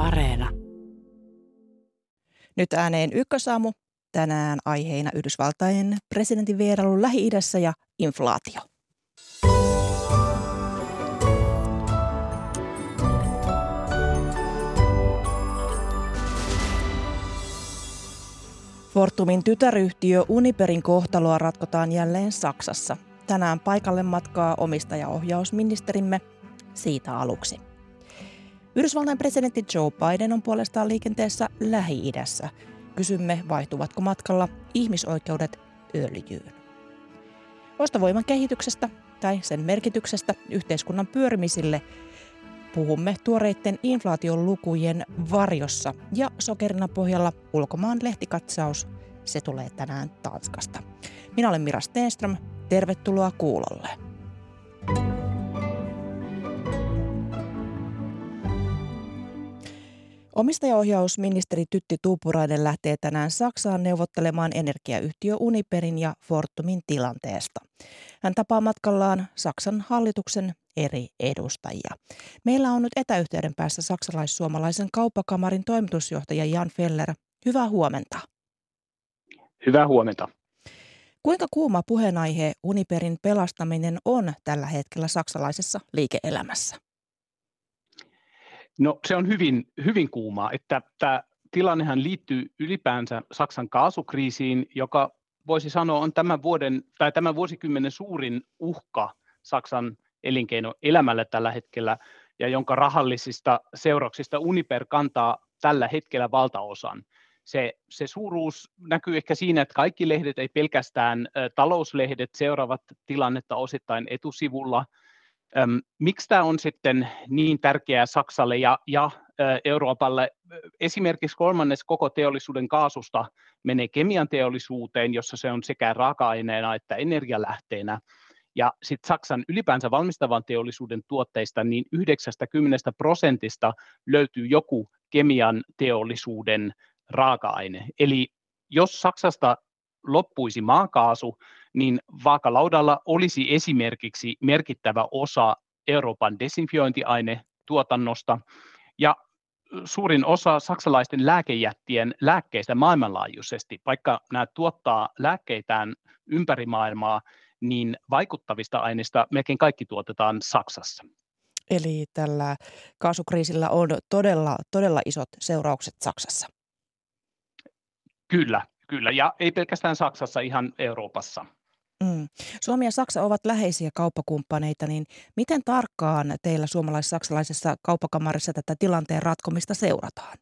Areena. Nyt ääneen Ykkösaamu. Tänään aiheina Yhdysvaltain presidentin vierailu Lähi-idässä ja inflaatio. Fortumin tytäryhtiö Uniperin kohtaloa ratkotaan jälleen Saksassa. Tänään paikalle matkaa omistajaohjausministerimme siitä aluksi. Yhdysvaltain presidentti Joe Biden on puolestaan liikenteessä Lähi-idässä. Kysymme, vaihtuvatko matkalla ihmisoikeudet öljyyn. Ostovoiman kehityksestä tai sen merkityksestä yhteiskunnan pyörimisille puhumme tuoreitten inflaation lukujen varjossa ja sokerina pohjalla ulkomaan lehtikatsaus. Se tulee tänään Tanskasta. Minä olen Mira Stenström. Tervetuloa kuulolle. Omistajaohjausministeri Tytti Tuppurainen lähtee tänään Saksaan neuvottelemaan energiayhtiö Uniperin ja Fortumin tilanteesta. Hän tapaa matkallaan Saksan hallituksen eri edustajia. Meillä on nyt etäyhteyden päässä saksalais-suomalaisen kauppakamarin toimitusjohtaja Jan Feller. Hyvää huomenta. Hyvää huomenta. Kuinka kuuma puheenaihe Uniperin pelastaminen on tällä hetkellä saksalaisessa liike-elämässä? No se on hyvin kuumaa, että tämä tilannehan liittyy ylipäänsä Saksan kaasukriisiin, joka voisi sanoa on tämän vuosikymmenen suurin uhka Saksan elinkeinoelämälle tällä hetkellä ja jonka rahallisista seurauksista Uniper kantaa tällä hetkellä valtaosan. Se suuruus näkyy ehkä siinä, että kaikki lehdet, ei pelkästään talouslehdet, seuraavat tilannetta osittain etusivulla. Miksi tämä on sitten niin tärkeää Saksalle ja Euroopalle? Esimerkiksi kolmannes koko teollisuuden kaasusta menee kemian teollisuuteen, jossa se on sekä raaka-aineena että energialähteenä. Ja sitten Saksan ylipäänsä valmistavan teollisuuden tuotteista niin 90% löytyy joku kemian teollisuuden raaka-aine. Eli jos Saksasta loppuisi maakaasu, niin vaakalaudalla olisi esimerkiksi merkittävä osa Euroopan desinfiointiainetuotannosta ja suurin osa saksalaisten lääkejättien lääkkeistä maailmanlaajuisesti, vaikka nämä tuottaa lääkkeitään ympäri maailmaa, niin vaikuttavista aineista melkein kaikki tuotetaan Saksassa. Eli tällä kaasukriisillä on todella isot seuraukset Saksassa. Kyllä, ja ei pelkästään Saksassa, ihan Euroopassa. Suomi ja Saksa ovat läheisiä kauppakumppaneita, niin miten tarkkaan teillä suomalais-saksalaisessa kauppakamarissa tätä tilanteen ratkomista seurataan?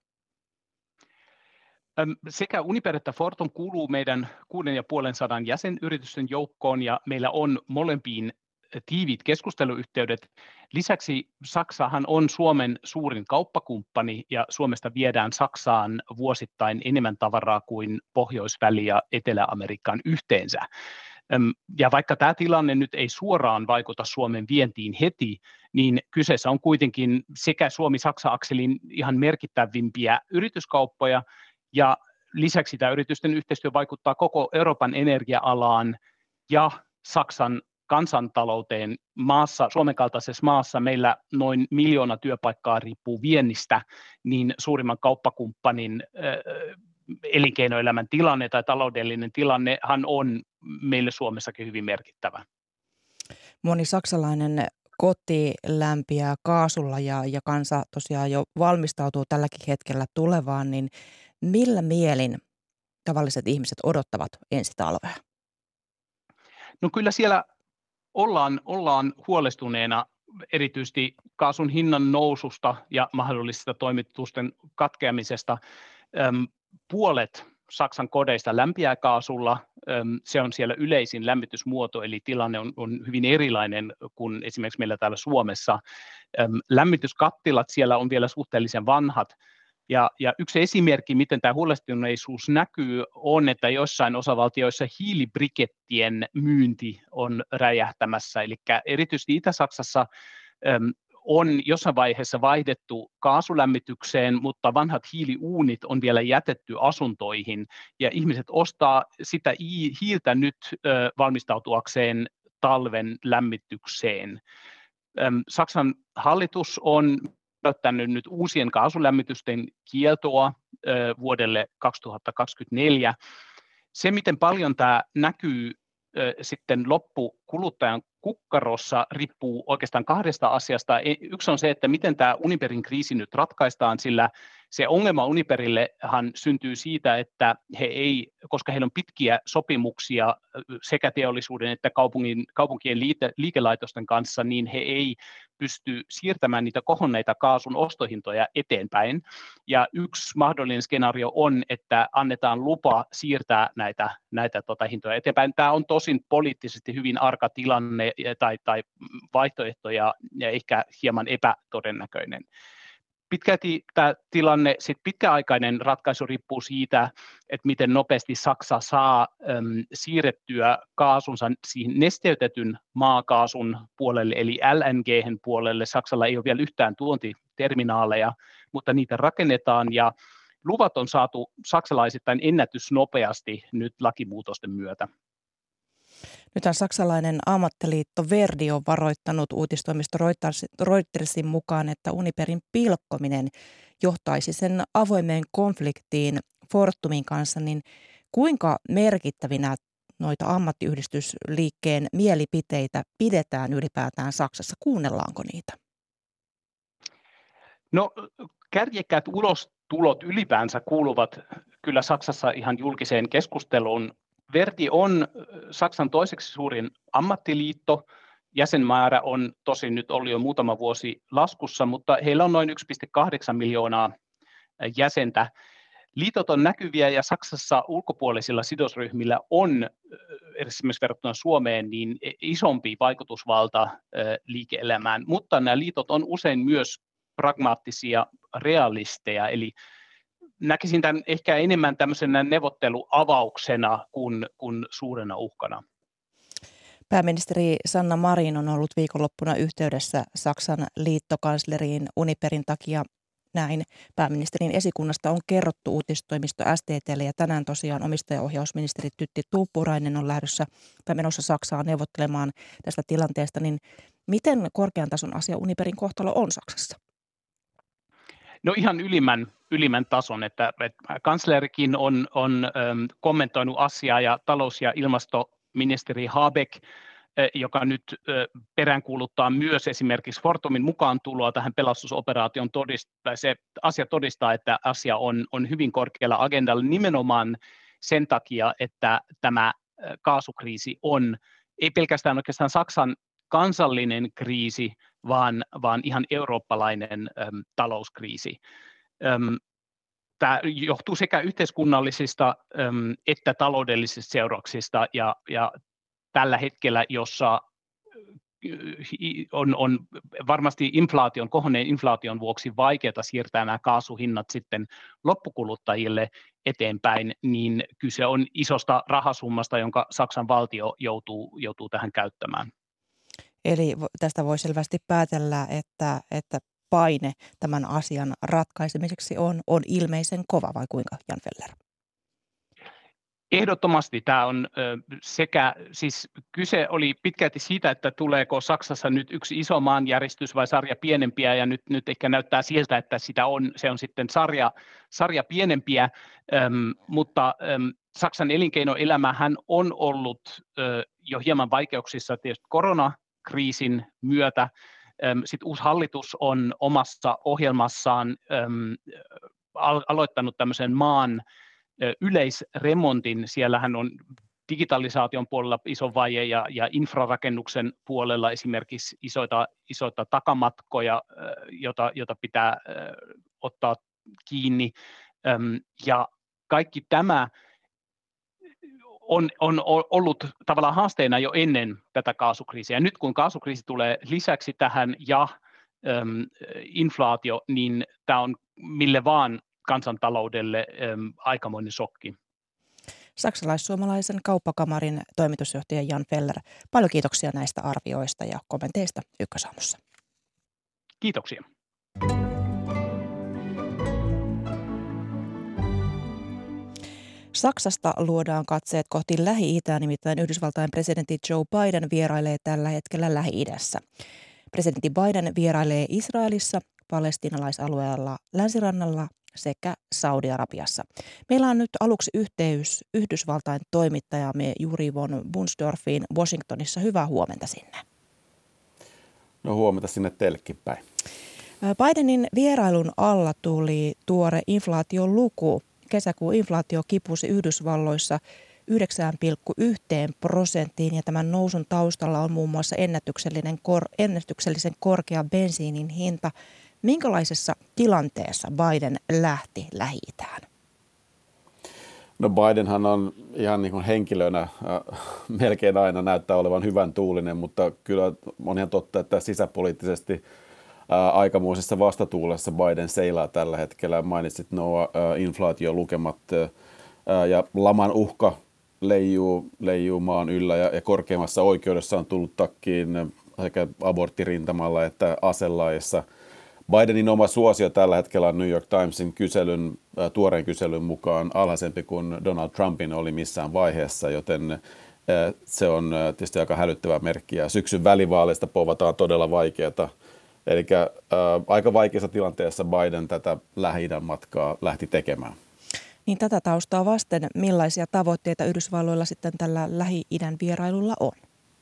Sekä Uniper että Fortum kuuluu meidän 650 jäsenyritysten joukkoon ja meillä on molempiin tiiviit keskusteluyhteydet. Lisäksi Saksahan on Suomen suurin kauppakumppani ja Suomesta viedään Saksaan vuosittain enemmän tavaraa kuin Pohjois-Väli- ja Etelä-Amerikkaan yhteensä. Ja vaikka tämä tilanne nyt ei suoraan vaikuta Suomen vientiin heti, niin kyseessä on kuitenkin sekä Suomi-Saksa-akselin ihan merkittävimpiä yrityskauppoja ja lisäksi tämä yritysten yhteistyö vaikuttaa koko Euroopan energia-alaan ja Saksan kansantalouteen maassa, Suomen kaltaisessa maassa meillä noin 1 miljoona työpaikkaa riippuu viennistä, niin suurimman kauppakumppanin elinkeinoelämän tilanne tai taloudellinen tilannehan on meille Suomessakin hyvin merkittävä. Moni saksalainen koti lämpiää kaasulla ja kansa tosiaan jo valmistautuu tälläkin hetkellä tulevaan, niin millä mielin tavalliset ihmiset odottavat ensi talvea? No kyllä siellä ollaan huolestuneena erityisesti kaasun hinnan noususta ja mahdollisesta toimitusten katkeamisesta. Puolet Saksan kodeista lämpiää kaasulla, se on siellä yleisin lämmitysmuoto, eli tilanne on hyvin erilainen kuin esimerkiksi meillä täällä Suomessa. Lämmityskattilat siellä on vielä suhteellisen vanhat, ja yksi esimerkki, miten tämä huolestuneisuus näkyy, on, että joissain osavaltioissa hiilibrikettien myynti on räjähtämässä, eli erityisesti Itä-Saksassa on jossain vaiheessa vaihdettu kaasulämmitykseen, mutta vanhat hiiliuunit on vielä jätetty asuntoihin, ja ihmiset ostaa sitä hiiltä nyt valmistautuakseen talven lämmitykseen. Saksan hallitus on päättänyt nyt uusien kaasulämmitysten kieltoa vuodelle 2024. Se, miten paljon tämä näkyy sitten loppukuluttajan kukkarossa, riippuu oikeastaan kahdesta asiasta. Yksi on se, että miten tämä Uniperin kriisi nyt ratkaistaan, sillä se ongelma Uniperillehan syntyy siitä, että koska heillä on pitkiä sopimuksia sekä teollisuuden että kaupunkien liikelaitosten kanssa, niin he ei pysty siirtämään niitä kohonneita kaasun ostohintoja eteenpäin. Ja yksi mahdollinen skenaario on, että annetaan lupa siirtää näitä hintoja eteenpäin. Tämä on tosin poliittisesti hyvin arka tilanne tai vaihtoehto ja ehkä hieman epätodennäköinen. Pitkälti tämä tilanne, pitkäaikainen ratkaisu riippuu siitä, että miten nopeasti Saksa saa siirrettyä kaasunsa siihen nesteytetyn maakaasun puolelle, eli LNG:n puolelle. Saksalla ei ole vielä yhtään tuontiterminaaleja, mutta niitä rakennetaan ja luvat on saatu saksalaisittain ennätysnopeasti nyt lakimuutosten myötä. Nythän saksalainen ammattiliitto Verdi on varoittanut uutistoimisto Reutersin mukaan, että Uniperin pilkkominen johtaisi sen avoimeen konfliktiin Fortumin kanssa, niin kuinka merkittävinä noita ammattiyhdistysliikkeen mielipiteitä pidetään ylipäätään Saksassa? Kuunnellaanko niitä? No, kärjekkäät ulostulot ylipäänsä kuuluvat kyllä Saksassa ihan julkiseen keskusteluun. Verdi on Saksan toiseksi suurin ammattiliitto. Jäsenmäärä on tosin nyt ollut jo muutama vuosi laskussa, mutta heillä on noin 1,8 miljoonaa jäsentä. Liitot on näkyviä ja Saksassa ulkopuolisilla sidosryhmillä on esimerkiksi verrattuna Suomeen niin isompi vaikutusvalta liike-elämään, mutta nämä liitot on usein myös pragmaattisia realisteja, eli näkisin tämän ehkä enemmän tämmöisenä neuvotteluavauksena kuin suurena uhkana. Pääministeri Sanna Marin on ollut viikonloppuna yhteydessä Saksan liittokansleriin Uniperin takia. Näin pääministerin esikunnasta on kerrottu uutistoimisto STT:lle ja tänään tosiaan omistajaohjausministeri Tytti Tuppurainen on menossa Saksaan neuvottelemaan tästä tilanteesta. Niin miten korkean tason asia Uniperin kohtalo on Saksassa? No ihan ylimmän tason, että kanslerikin on kommentoinut asiaa ja talous- ja ilmastoministeri Habeck, joka nyt peräänkuuluttaa myös esimerkiksi Fortumin mukaan tuloa tähän pelastusoperaation se asia todistaa, että asia on hyvin korkealla agendalla nimenomaan sen takia, että tämä kaasukriisi on ei pelkästään oikeastaan Saksan kansallinen kriisi, vaan ihan eurooppalainen talouskriisi. Tämä johtuu sekä yhteiskunnallisista että taloudellisista seurauksista ja tällä hetkellä, jossa on varmasti kohonneen inflaation vuoksi vaikeaa siirtää nämä kaasuhinnat sitten loppukuluttajille eteenpäin, niin kyse on isosta rahasummasta, jonka Saksan valtio joutuu tähän käyttämään. Eli tästä voi selvästi päätellä, että paine tämän asian ratkaisemiseksi on ilmeisen kova, vai kuinka, Jan Feller? Ehdottomasti tämä on siis kyse oli pitkälti siitä, että tuleeko Saksassa nyt yksi iso maanjäristys vai sarja pienempiä, ja nyt ehkä näyttää siltä, että se on sitten sarja pienempiä, mutta Saksan elinkeinoelämähän on ollut jo hieman vaikeuksissa tietysti koronakriisin myötä. Sitten uusi hallitus on omassa ohjelmassaan aloittanut tämmöisen maan yleisremontin. Siellähän on digitalisaation puolella iso vaje ja infrarakennuksen puolella esimerkiksi isoita takamatkoja, jota pitää ottaa kiinni. Ja kaikki tämä on ollut tavallaan haasteena jo ennen tätä kaasukriisiä. Ja nyt kun kaasukriisi tulee lisäksi tähän ja inflaatio, niin tämä on mille vaan kansantaloudelle aikamoinen shokki. Saksalais-suomalaisen kauppakamarin toimitusjohtaja Jan Feller, paljon kiitoksia näistä arvioista ja kommenteista Ykkösaamussa. Kiitoksia. Saksasta luodaan katseet kohti Lähi-itää, nimittäin Yhdysvaltain presidentti Joe Biden vierailee tällä hetkellä Lähi-idässä. Presidentti Biden vierailee Israelissa, palestiinalaisalueella Länsirannalla sekä Saudi-Arabiassa. Meillä on nyt aluksi yhteys Yhdysvaltain toimittajamme Juri von Bunsdorfiin Washingtonissa. Hyvää huomenta sinne. No huomenta sinne teillekin päin. Bidenin vierailun alla tuli tuore inflaation luku. Kesäkuun inflaatio kipusi Yhdysvalloissa 9,1% ja tämän nousun taustalla on muun muassa ennätyksellisen korkea bensiinin hinta. Minkälaisessa tilanteessa Biden lähti Lähi-itään? No Bidenhan on ihan niin kuin henkilönä melkein aina näyttää olevan hyvän tuulinen, mutta kyllä on ihan totta, että sisäpoliittisesti aikamoisessa vastatuulessa Biden seilaa tällä hetkellä. Mainitsit nuo inflaatiolukemat ja laman uhka leijuu maan yllä ja korkeimmassa oikeudessa on tullut takkiin sekä aborttirintamalla että aselaissa. Bidenin oma suosio tällä hetkellä on New York Timesin tuoreen kyselyn mukaan alhaisempi kuin Donald Trumpin oli missään vaiheessa, joten se on tietysti aika hälyttävä merkki. Ja syksyn välivaaleista povataan todella vaikeata. Eli aika vaikeassa tilanteessa Biden tätä Lähi-idän matkaa lähti tekemään. Niin tätä taustaa vasten, millaisia tavoitteita Yhdysvalloilla sitten tällä Lähi-idän vierailulla on?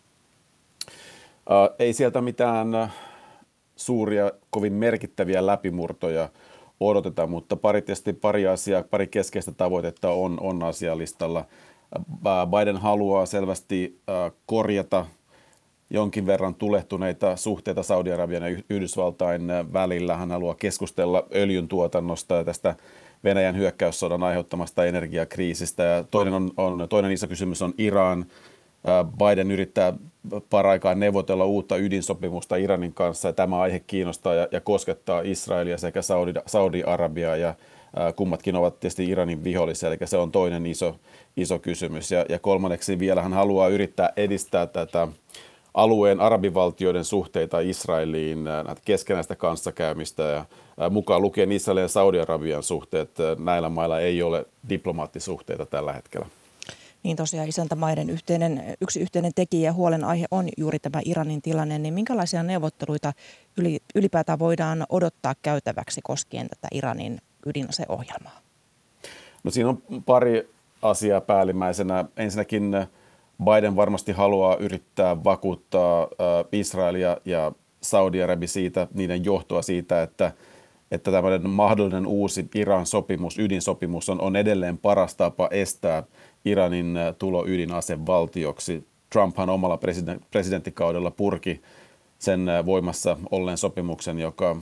Ei sieltä mitään suuria, kovin merkittäviä läpimurtoja odoteta, mutta pari keskeistä tavoitetta on asialistalla. Biden haluaa selvästi korjata jonkin verran tulehtuneita suhteita Saudi-Arabian ja Yhdysvaltain välillä. Hän haluaa keskustella öljyntuotannosta ja tästä Venäjän hyökkäyssodan aiheuttamasta energiakriisistä. Ja toinen iso kysymys on Iran. Biden yrittää paraikaa neuvotella uutta ydinsopimusta Iranin kanssa. Ja tämä aihe kiinnostaa ja koskettaa Israelia sekä Saudi-Arabiaa ja kummatkin ovat tietysti Iranin vihollisia, eli se on toinen iso kysymys. Ja kolmanneksi vielä hän haluaa yrittää edistää tätä alueen arabivaltioiden suhteita Israeliin, keskenäistä kanssakäymistä ja mukaan lukien Israelin ja Saudi-Arabian suhteet. Näillä mailla ei ole diplomaattisuhteita tällä hetkellä. Niin tosiaan isäntämaiden yksi yhteinen tekijä ja huolenaihe on juuri tämä Iranin tilanne, niin minkälaisia neuvotteluita ylipäätään voidaan odottaa käytäväksi koskien tätä Iranin ydinaseohjelmaa? No siinä on pari asiaa päällimmäisenä. Ensinnäkin Biden varmasti haluaa yrittää vakuuttaa Israelia ja Saudi-Arabia niiden johtoa siitä, että tämmöinen mahdollinen uusi Iran-sopimus, ydinsopimus on edelleen paras tapa estää Iranin tulo ydinasevaltioksi. Trumphan omalla presidenttikaudella purki sen voimassa olleen sopimuksen,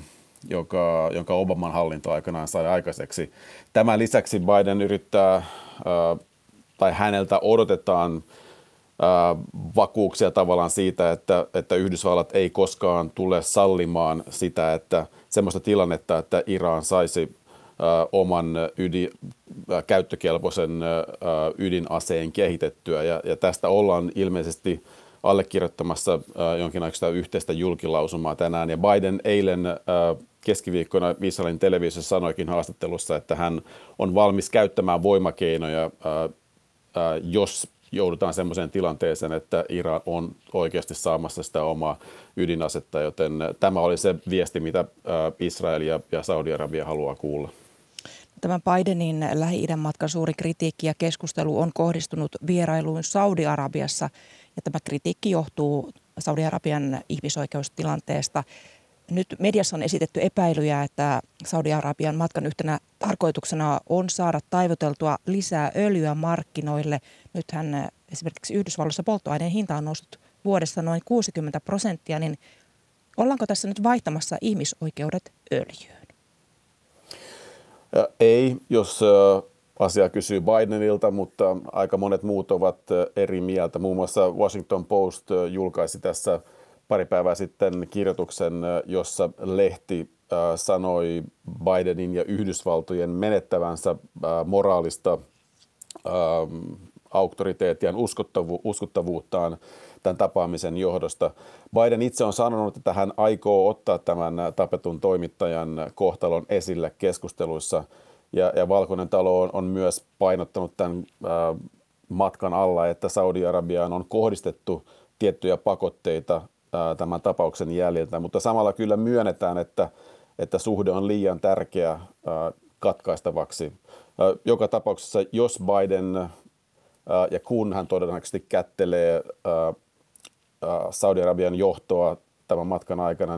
jonka Obaman hallinto aikanaan sai aikaiseksi. Tämän lisäksi Biden yrittää, tai häneltä odotetaan vakuuksia tavallaan siitä, että Yhdysvallat ei koskaan tule sallimaan sitä, että semmoista tilannetta, että Iran saisi oman käyttökelpoisen ydinaseen kehitettyä. Ja tästä ollaan ilmeisesti allekirjoittamassa jonkinlaista yhteistä julkilausumaa tänään. Ja Biden eilen keskiviikkona Israelin televisiossa sanoikin haastattelussa, että hän on valmis käyttämään voimakeinoja, jos joudutaan semmoiseen tilanteeseen, että Iran on oikeasti saamassa sitä omaa ydinasetta, joten tämä oli se viesti, mitä Israel ja Saudi-Arabia haluaa kuulla. Tämän Bidenin Lähi-idän matkan suuri kritiikki ja keskustelu on kohdistunut vierailuun Saudi-Arabiassa, ja tämä kritiikki johtuu Saudi-Arabian ihmisoikeustilanteesta. Nyt mediassa on esitetty epäilyjä, että Saudi-Arabian matkan yhtenä tarkoituksena on saada taivuteltua lisää öljyä markkinoille. Nythän esimerkiksi Yhdysvalloissa polttoaineen hinta on noussut vuodessa noin 60%, niin ollaanko tässä nyt vaihtamassa ihmisoikeudet öljyyn? Ei, jos asia kysyy Bidenilta, mutta aika monet muut ovat eri mieltä. Muun muassa Washington Post julkaisi tässä pari päivää sitten kirjoituksen, jossa lehti sanoi Bidenin ja Yhdysvaltojen menettävänsä moraalista auktoriteettia, uskottavuuttaan tämän tapaamisen johdosta. Biden itse on sanonut, että hän aikoo ottaa tämän tapetun toimittajan kohtalon esille keskusteluissa, ja Valkoinen talo on myös painottanut tämän matkan alla, että Saudi-Arabiaan on kohdistettu tiettyjä pakotteita tämän tapauksen jäljiltä, mutta samalla kyllä myönnetään, että että suhde on liian tärkeä katkaistavaksi. Joka tapauksessa, jos Biden ja kun hän todennäköisesti kättelee Saudi-Arabian johtoa tämän matkan aikana,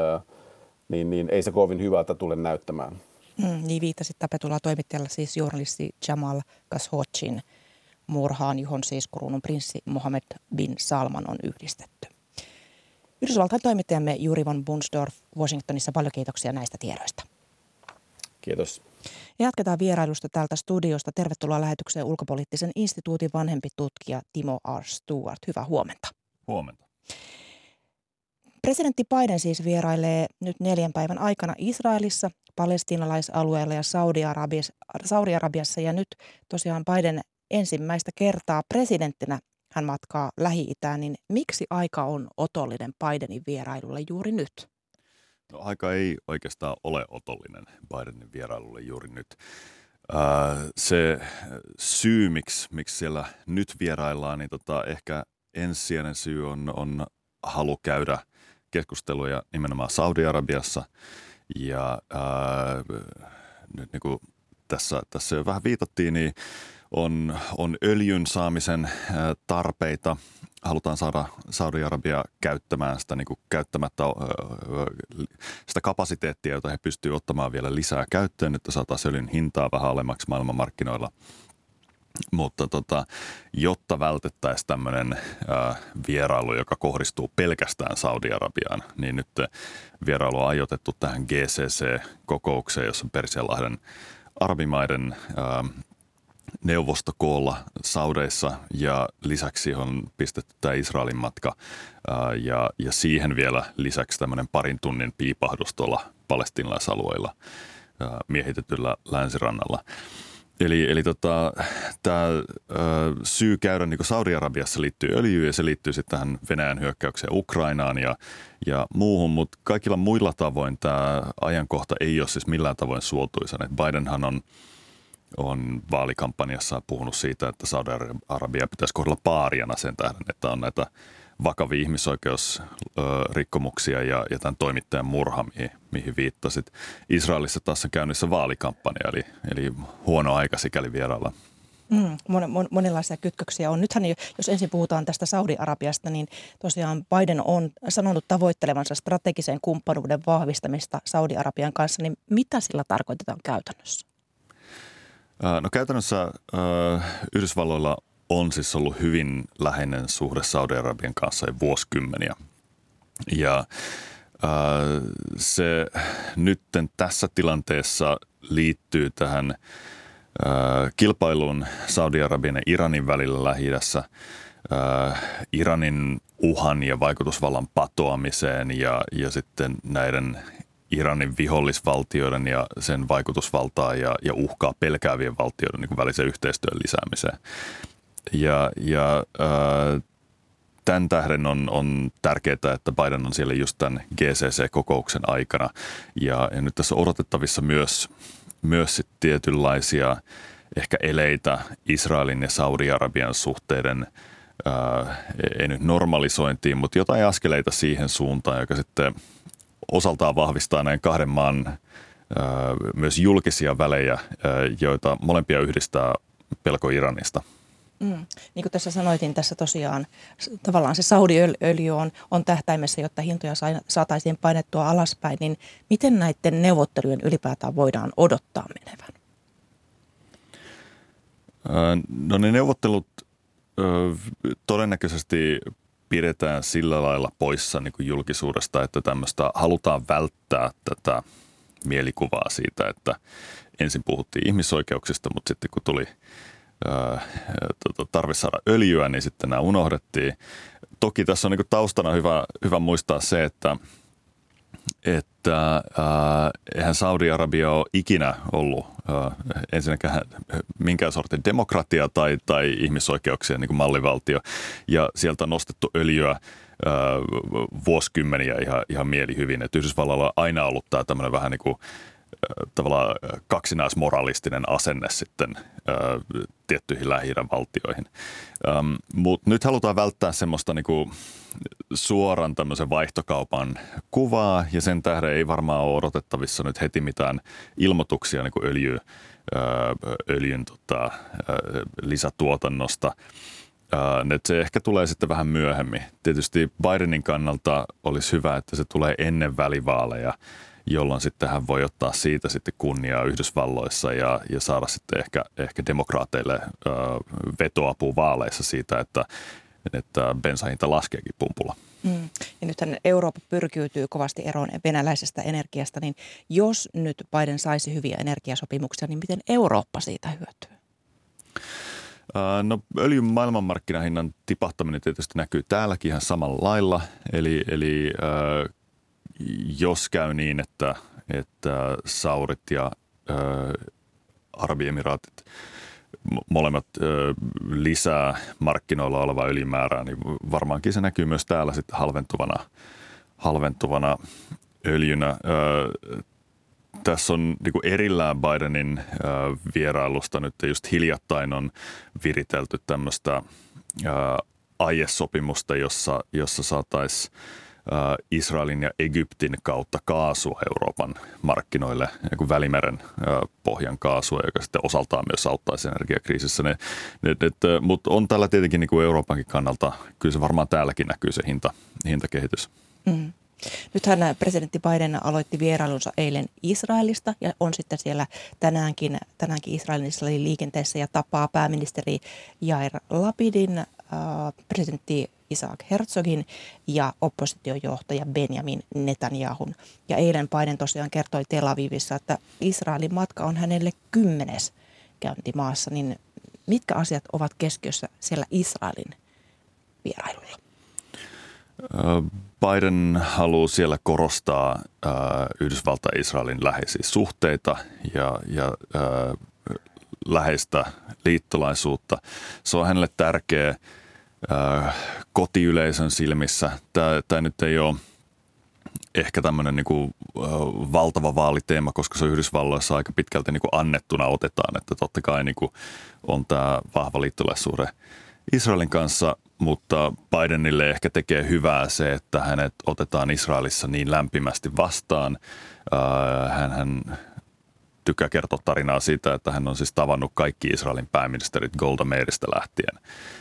niin ei se kovin hyvältä tule näyttämään. Niin viittasit tapetulla toimittajalla siis journalisti Jamal Khashoggin murhaan, johon siis kruunun prinssi Mohammed bin Salman on yhdistetty. Yhdysvaltain toimittajamme Juri von Bunsdorf Washingtonissa, paljon kiitoksia näistä tiedoista. Kiitos. Ja jatketaan vierailusta täältä studiosta. Tervetuloa lähetykseen Ulkopoliittisen instituutin vanhempi tutkija Timo R. Stewart. Hyvää huomenta. Huomenta. Presidentti Biden siis vierailee nyt 4 päivän aikana Israelissa, palestiinalaisalueella ja Saudi-Arabiassa. Ja nyt tosiaan Biden ensimmäistä kertaa presidenttinä hän matkaa Lähi-Itään, niin miksi aika on otollinen Bidenin vierailulle juuri nyt? No, aika ei oikeastaan ole otollinen Bidenin vierailulle juuri nyt. Se syy, miksi siellä nyt vieraillaan, niin ehkä ensisijainen syy on halu käydä keskusteluja nimenomaan Saudi-Arabiassa. Ja nyt niin kuin tässä jo vähän viitattiin, niin on öljyn saamisen tarpeita. Halutaan saada Saudi-Arabia käyttämään sitä niin kuin käyttämättä sitä kapasiteettia, jota he pystyvät ottamaan vielä lisää käyttöön, että saataisiin öljyn hintaa vähän alemmaksi maailmanmarkkinoilla. Mutta jotta vältettäisiin tämmöinen vierailu, joka kohdistuu pelkästään Saudi-Arabiaan, niin nyt vierailu on ajoitettu tähän GCC-kokoukseen, jossa Persianlahden arabimaiden neuvostokoolla Saudeissa ja lisäksi on pistetty tämä Israelin matka ja siihen vielä lisäksi tämmöinen 2 tunnin piipahdus tuolla palestiinalaisalueilla miehitetyllä länsirannalla. Eli tämä syy käydä niin kuin Saudi-Arabiassa liittyy öljyyn ja se liittyy sitten tähän Venäjän hyökkäykseen Ukrainaan ja muuhun, mutta kaikilla muilla tavoin tämä ajankohta ei ole siis millään tavoin suotuisa. Bidenhan on vaalikampanjassa puhunut siitä, että Saudi-Arabia pitäisi kohdella paariana sen tähden, että on näitä vakavia ihmisoikeusrikkomuksia ja tämän toimittajan murha, mihin viittasit. Israelissa taas on käynnissä vaalikampanja, eli huono aika sikäli vierailla. Monenlaisia kytköksiä on. Nythän, jos ensin puhutaan tästä Saudi-Arabiasta, niin tosiaan Biden on sanonut tavoittelevansa strategisen kumppanuuden vahvistamista Saudi-Arabian kanssa, niin mitä sillä tarkoitetaan käytännössä? No käytännössä Yhdysvalloilla on siis ollut hyvin läheinen suhde Saudi-Arabian kanssa jo vuosikymmeniä. Ja se nytten tässä tilanteessa liittyy tähän kilpailuun Saudi-Arabian ja Iranin välillä Lähi-idässä, Iranin uhan ja vaikutusvallan patoamiseen ja sitten näiden Iranin vihollisvaltioiden ja sen vaikutusvaltaa ja uhkaa pelkäävien valtioiden niin välisen yhteistyön lisäämiseen. Ja tämän tähden on tärkeää, että Biden on siellä just tämän GCC-kokouksen aikana. Ja nyt tässä on odotettavissa myös sit tietynlaisia ehkä eleitä Israelin ja Saudi-Arabian suhteiden, ei nyt normalisointiin, mutta jotain askeleita siihen suuntaan, joka sitten osaltaan vahvistaa näin 2 maan myös julkisia välejä, joita molempia yhdistää pelko Iranista. Niin kuin tässä sanoitin, tässä tosiaan tavallaan se Saudi-öljy on tähtäimessä, jotta hintoja saataisiin painettua alaspäin, niin miten näiden neuvottelujen ylipäätään voidaan odottaa menevän? No ne neuvottelut todennäköisesti pidetään sillä lailla poissa niin kuin julkisuudesta, että tämmöistä halutaan välttää tätä mielikuvaa siitä, että ensin puhuttiin ihmisoikeuksista, mutta sitten kun tuli tarve saada öljyä, niin sitten nämä unohdettiin. Toki tässä on niin kuin taustana hyvä muistaa se, että eihän Saudi-Arabia ole ikinä ollut ensinnäkään minkään sortin demokratia tai ihmisoikeuksien niin kuin mallivaltio. Ja sieltä on nostettu öljyä vuosikymmeniä ihan mielihyvin. Että Yhdysvalloilla on aina ollut tämä tämmöinen vähän niin kuin tavallaan kaksinaismoralistinen asenne sitten tiettyihin Lähi-idän valtioihin. Mutta nyt halutaan välttää semmoista niinku suoran tämmöisen vaihtokaupan kuvaa, ja sen tähden ei varmaan ole odotettavissa nyt heti mitään ilmoituksia niinku öljyn lisätuotannosta. Se ehkä tulee sitten vähän myöhemmin. Tietysti Bidenin kannalta olisi hyvä, että se tulee ennen välivaaleja, jolloin sitten hän voi ottaa siitä sitten kunniaa Yhdysvalloissa ja saada sitten ehkä demokraateille vetoapua vaaleissa siitä, että bensahinta laskeekin pumpulla. Ja nythän Eurooppa pyrkiytyy kovasti eroon venäläisestä energiasta, niin jos nyt Biden saisi hyviä energiasopimuksia, niin miten Eurooppa siitä hyötyy? No, öljyn maailmanmarkkinahinnan tipahtaminen tietysti näkyy täälläkin ihan samalla lailla. Eli jos käy niin, että Saurit ja Arabiemiraatit molemmat lisää markkinoilla olevaa öljymäärää, niin varmaankin se näkyy myös täällä sitten halventuvana öljynä. Tässä on niin kuin erillään Bidenin vierailusta nyt just hiljattain on viritelty tämmöistä aiesopimusta, jossa saataisiin Israelin ja Egyptin kautta kaasua Euroopan markkinoille, niin kuin Välimeren pohjan kaasua, joka sitten osaltaan myös auttaisi energiakriisissä. Mutta on tällä tietenkin niin kuin Euroopankin kannalta, kyllä se varmaan täälläkin näkyy se hintakehitys. Nythän presidentti Biden aloitti vierailunsa eilen Israelista ja on sitten siellä tänäänkin Israelissa liikenteessä ja tapaa pääministeri Jair Lapidin, presidentti Isaac Herzogin ja oppositiojohtaja Benjamin Netanyahun. Ja eilen Biden tosiaan kertoi Tel Avivissa, että Israelin matka on hänelle 10. käynti maassa. Niin mitkä asiat ovat keskiössä siellä Israelin vierailulla? Biden haluaa siellä korostaa Yhdysvaltain ja Israelin läheisiä suhteita ja läheistä liittolaisuutta. Se on hänelle tärkeä kotiyleisön silmissä. Tämä nyt ei ole ehkä tämmöinen niinku valtava vaaliteema, koska se Yhdysvalloissa aika pitkälti niinku annettuna otetaan, että totta kai niinku on tämä vahva liittolaisuus Israelin kanssa, mutta Bidenille ehkä tekee hyvää se, että hänet otetaan Israelissa niin lämpimästi vastaan. Hän tykkää kertoa tarinaa siitä, että hän on siis tavannut kaikki Israelin pääministerit Golda Meiristä lähtien.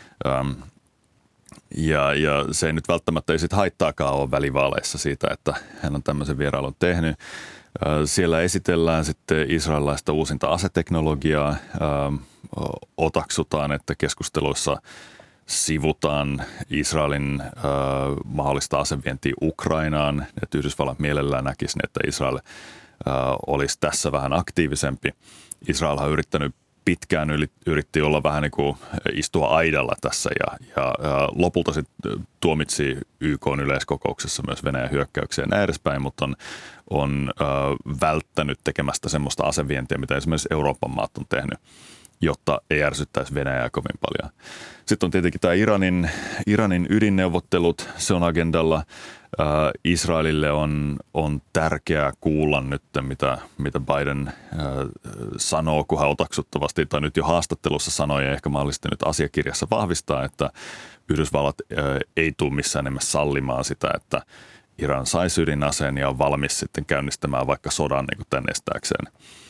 Ja se ei nyt välttämättä ei sit haittaakaan ole välivaaleissa siitä, että hän on tämmöisen vierailun tehnyt. Siellä esitellään sitten israelilaista uusinta aseteknologiaa. Otaksutaan, että keskusteluissa sivutaan Israelin mahdollista asevientiä Ukrainaan, että Yhdysvallat mielellään näkisi, että Israel olisi tässä vähän aktiivisempi. Israel on pitkään yritti olla vähän niin kuin istua aidalla tässä ja lopulta sitten tuomitsi YK:n yleiskokouksessa myös Venäjän hyökkäyksiä ja näin edespäin, mutta on välttänyt tekemästä semmoista asevientiä, mitä esimerkiksi Euroopan maat on tehnyt, jotta ei ärsyttäisi Venäjää kovin paljon. Sitten on tietenkin tämä Iranin ydinneuvottelut, se on agendalla. Israelille on tärkeää kuulla nyt, mitä Biden sanoo, kun hän otaksuttavasti, tai nyt jo haastattelussa sanoi, ja ehkä mahdollisesti nyt asiakirjassa vahvistaa, että Yhdysvallat ei tule missään nimessä sallimaan sitä, että Iran saisi ydinaseen ja on valmis sitten käynnistämään vaikka sodan niin kuin tämän estääkseen.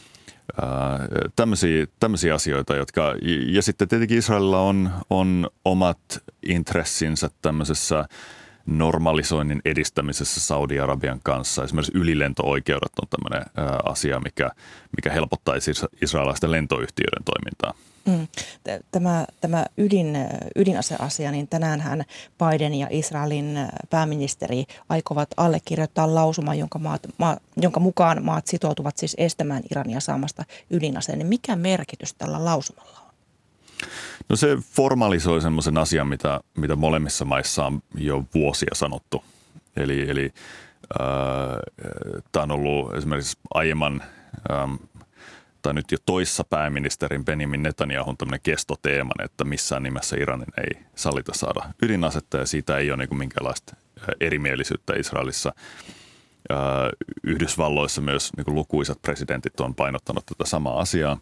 Tämmöisiä asioita, ja sitten tietenkin Israelilla on omat intressinsä tämmöisessä normalisoinnin edistämisessä Saudi-Arabian kanssa. Esimerkiksi ylilento-oikeudet on tämmöinen asia, mikä helpottaa israelilaisten lentoyhtiöiden toimintaa. Tämä ydinaseasia, niin tänäänhän Biden ja Israelin pääministeri aikovat allekirjoittaa lausuman, jonka mukaan maat sitoutuvat siis estämään Irania saamasta ydinaseen. Niin mikä merkitys tällä lausumalla on? No se formalisoi semmoisen asian, mitä molemmissa maissa on jo vuosia sanottu. Eli tämä on ollut esimerkiksi aiemman tai nyt jo toissa pääministerin Benjamin Netanyahun tämmöinen kestoteema, että missään nimessä Iranin ei sallita saada ydinasetta ja siitä ei ole niin kuin minkäänlaista erimielisyyttä Israelissa. Yhdysvalloissa myös niin kuin lukuisat presidentit on painottanut tätä samaa asiaa.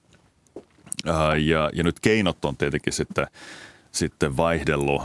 Ja nyt keinot on tietenkin sitten vaihdellut.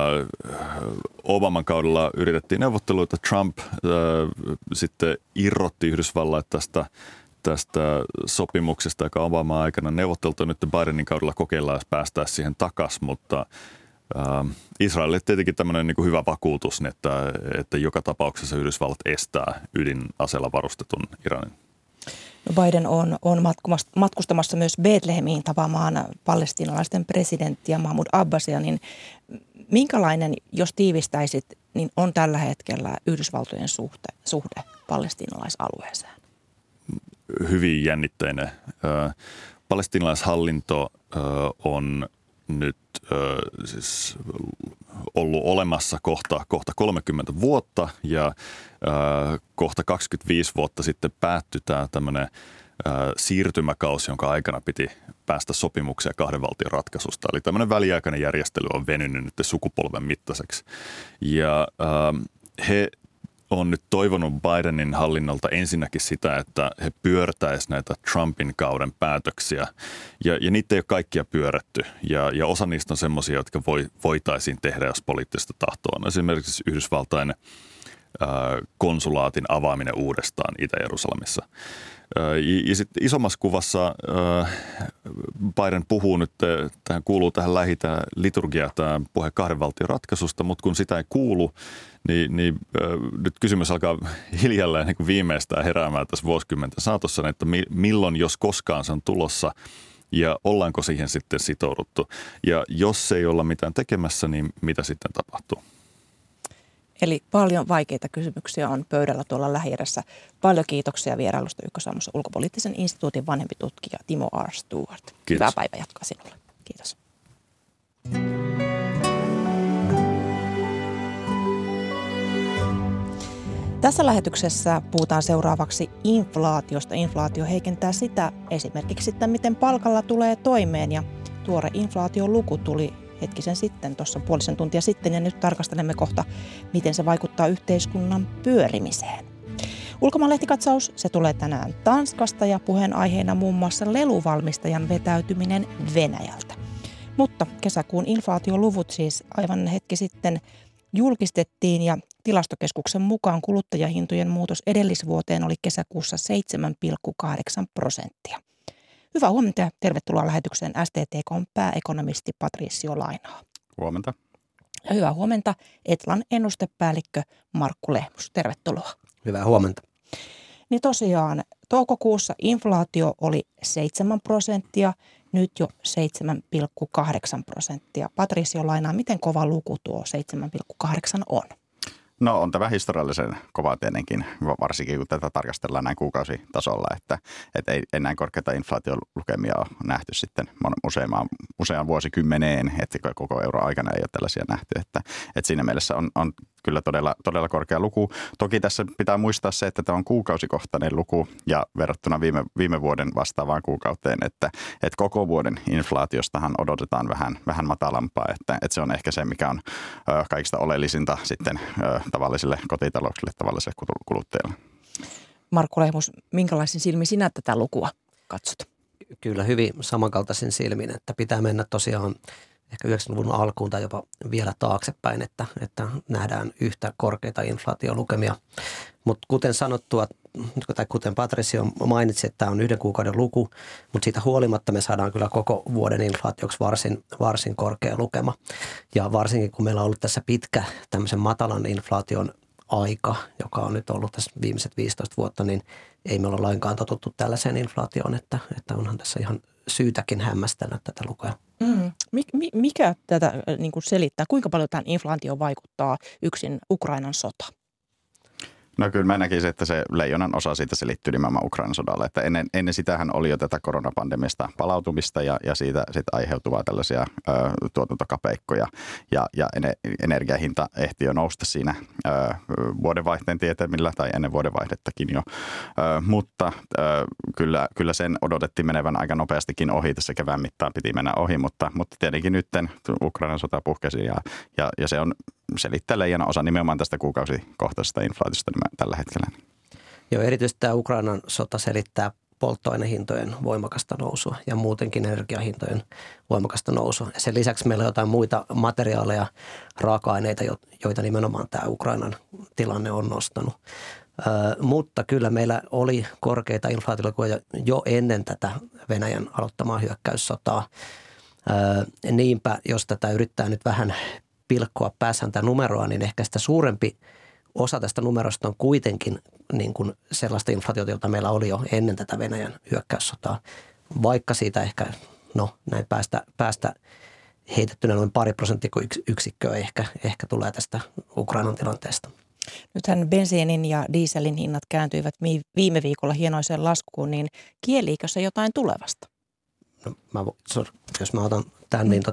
Obaman kaudella yritettiin neuvotteluita. Trump sitten irrotti Yhdysvallat tästä sopimuksesta, joka Obaman aikana neuvotteltu. Nyt Bidenin kaudella kokeillaan, jos päästään siihen takaisin, mutta Israelille tietenkin tämmöinen niin kuin hyvä vakuutus, että joka tapauksessa Yhdysvallat estää ydinaseella varustetun Iranin. Biden on matkustamassa myös Betlehemiin tapaamaan palestiinalaisten presidenttiä Mahmoud Abbasia, niin minkälainen, jos tiivistäisit, niin on tällä hetkellä Yhdysvaltojen suhde palestiinalaisalueeseen? Hyvin jännitteinen. Palestiinalaishallinto on nyt siis ollut olemassa kohta 30 vuotta ja kohta 25 vuotta sitten päättyi tämä tämmöinen siirtymäkausi, jonka aikana piti päästä sopimukseen kahden valtion ratkaisusta. Eli tämmöinen väliaikainen järjestely on venynyt nyt sukupolven mittaiseksi. Ja he on nyt toivonut Bidenin hallinnolta ensinnäkin sitä, että he pyörtäisivät näitä Trumpin kauden päätöksiä. Ja niitä ei ole kaikkia pyörätty. Ja osa niistä on semmoisia, jotka voitaisiin tehdä, jos poliittista tahtoa on. Esimerkiksi Yhdysvaltain konsulaatin avaaminen uudestaan Itä-Jerusalemissa. Ja sitten isommassa kuvassa Biden puhuu nyt, tähän kuuluu tähän liturgia, tämä puhe kahden valtion ratkaisusta, mutta kun sitä ei kuulu, niin nyt kysymys alkaa hiljalleen niin kuin viimeistään heräämään tässä vuosikymmenten saatossa, että milloin, jos koskaan se on tulossa ja ollaanko siihen sitten sitouduttu. Ja jos ei olla mitään tekemässä, niin mitä sitten tapahtuu? Eli paljon vaikeita kysymyksiä on pöydällä tuolla Lähi-idässä. Paljon kiitoksia vierailusta Ykkösaamussa ulkopoliittisen instituutin vanhempi tutkija Timo R. Stewart. Kiitos. Hyvää päivää jatkaa sinulle. Kiitos. Tässä lähetyksessä puhutaan seuraavaksi inflaatiosta. Inflaatio heikentää sitä esimerkiksi, että miten palkalla tulee toimeen, ja tuore inflaatioluku tuli hetkisen sitten, tuossa puolisen tuntia sitten, ja nyt tarkastelemme kohta, miten se vaikuttaa yhteiskunnan pyörimiseen. Ulkomaanlehtikatsaus, se tulee tänään Tanskasta, ja puheenaiheena muun muassa leluvalmistajan vetäytyminen Venäjältä. Mutta kesäkuun inflaatioluvut siis aivan hetki sitten julkistettiin, ja Tilastokeskuksen mukaan kuluttajahintojen muutos edellisvuoteen oli kesäkuussa 7,8%. Hyvää huomenta ja tervetuloa lähetykseen STTK:n pääekonomisti Patricio Lainaa. Huomenta. Ja hyvää huomenta Etlan ennustepäällikkö Markku Lehmus. Tervetuloa. Hyvää huomenta. Niin tosiaan toukokuussa inflaatio oli 7%, nyt jo 7,8%. Patricio Lainaa, miten kova luku tuo 7,8 on? No on tämä historiallisen kova tietenkin, varsinkin kun tätä tarkastellaan näin kuukausitasolla, että ei näin korkeita inflaatiolukemia ole nähty sitten usean vuosikymmeneen, että koko euroaikana ei ole tällaisia nähty, että siinä mielessä on kyllä todella korkea luku. Toki tässä pitää muistaa se, että tämä on kuukausikohtainen luku ja verrattuna viime vuoden vastaavaan kuukauteen, että koko vuoden inflaatiostahan odotetaan vähän matalampaa, että se on ehkä se, mikä on kaikista oleellisinta sitten tavallisille kotitalouksille, tavallisille kuluttajille. Markku Lehmus, minkälaisin silmin sinä tätä lukua katsot? Kyllä hyvin samankaltaisin silmin, että pitää mennä tosiaan ehkä 90-luvun alkuun tai jopa vielä taaksepäin, että nähdään yhtä korkeita inflaatiolukemia. Mutta kuten sanottua, tai kuten Patricio mainitsi, että tämä on 1 kuukauden luku, mutta siitä huolimatta me saadaan kyllä koko vuoden inflaatioksi varsin korkea lukema. Ja varsinkin kun meillä on ollut tässä pitkä tämmöisen matalan inflaation aika, joka on nyt ollut tässä viimeiset 15 vuotta, niin ei me olla lainkaan totuttu tällaiseen inflaatioon, että onhan tässä ihan syytäkin hämmästellä tätä lukea. Mikä tätä niin kuin selittää? Kuinka paljon tämän inflaatio vaikuttaa yksin Ukrainan sota? No kyllä mä näkisin, että se leijonan osa siitä selittyy nimenomaan Ukrainan sodalla. Että ennen sitähän oli jo tätä koronapandemista palautumista ja siitä aiheutuvaa tällaisia tuotantokapeikkoja. Ja energiahinta ehti jo nousta siinä vuodenvaihteen tietämillä tai ennen vuodenvaihdettakin jo. Mutta kyllä sen odotettiin menevän aika nopeastikin ohi. Tässä kevään mittaan piti mennä ohi, mutta tietenkin nyt Ukrainan sota puhkesi ja se on selittää leijana osa nimenomaan tästä kuukausikohtaisesta inflaatiosta tällä hetkellä. Joo, erityisesti tämä Ukrainan sota selittää polttoainehintojen voimakasta nousua ja muutenkin energiahintojen voimakasta nousua. Ja sen lisäksi meillä on jotain muita materiaaleja, raaka-aineita, joita nimenomaan tämä Ukrainan tilanne on nostanut. Mutta kyllä meillä oli korkeita inflaatiolukuja jo ennen tätä Venäjän aloittamaa hyökkäyssotaa. Niinpä, jos tätä yrittää nyt vähän pilkkoa päässään tätä numeroa, niin ehkä sitä suurempi osa tästä numerosta on kuitenkin niin kuin sellaista inflaatiota, jota meillä oli jo ennen tätä Venäjän hyökkäyssotaa. Vaikka siitä ehkä, näin päästä heitettynä noin 2% ehkä tulee tästä Ukrainan tilanteesta. Nythän bensiinin ja dieselin hinnat kääntyivät viime viikolla hienoiseen laskuun, niin kieliikö se jotain tulevasta? No, jos mä otan tämän, niin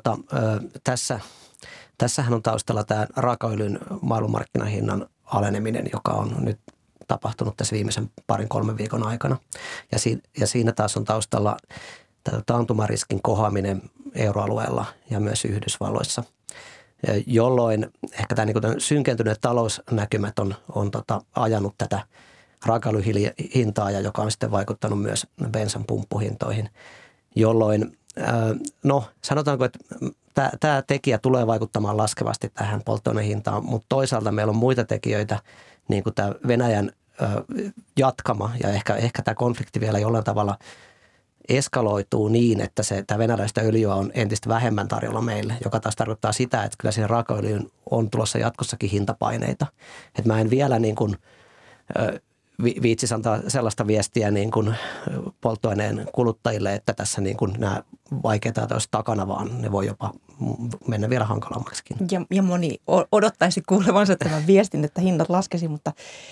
tässähän on taustalla tämä raakaöljyn maailmanmarkkinahinnan aleneminen, joka on nyt tapahtunut tässä viimeisen 2-3 viikon aikana. Ja siinä taas on taustalla taantumariskin kohoaminen euroalueella ja myös Yhdysvalloissa, jolloin ehkä tämä niin synkentyneet talousnäkymät on ajanut tätä raakaöljyhintaa, ja joka on sitten vaikuttanut myös bensan pumppuhintoihin, jolloin sanotaanko, että tämä tekijä tulee vaikuttamaan laskevasti tähän polttoainehintaan, mutta toisaalta meillä on muita tekijöitä, niin kuin tämä Venäjän jatkama ja ehkä tämä konflikti vielä jollain tavalla eskaloituu niin, että tämä venäläistä öljyä on entistä vähemmän tarjolla meille, joka taas tarkoittaa sitä, että kyllä siihen raakaöljyyn on tulossa jatkossakin hintapaineita. Että mä en vielä niin kuin viitsisi antaa sellaista viestiä niin kuin polttoaineen kuluttajille, että tässä niin kuin nämä vaikeita olisi takana, vaan ne voi jopa mennä vielä hankalammaksikin. Ja moni odottaisi kuulevansa tämän viestin, että hinnat laskesi, mutta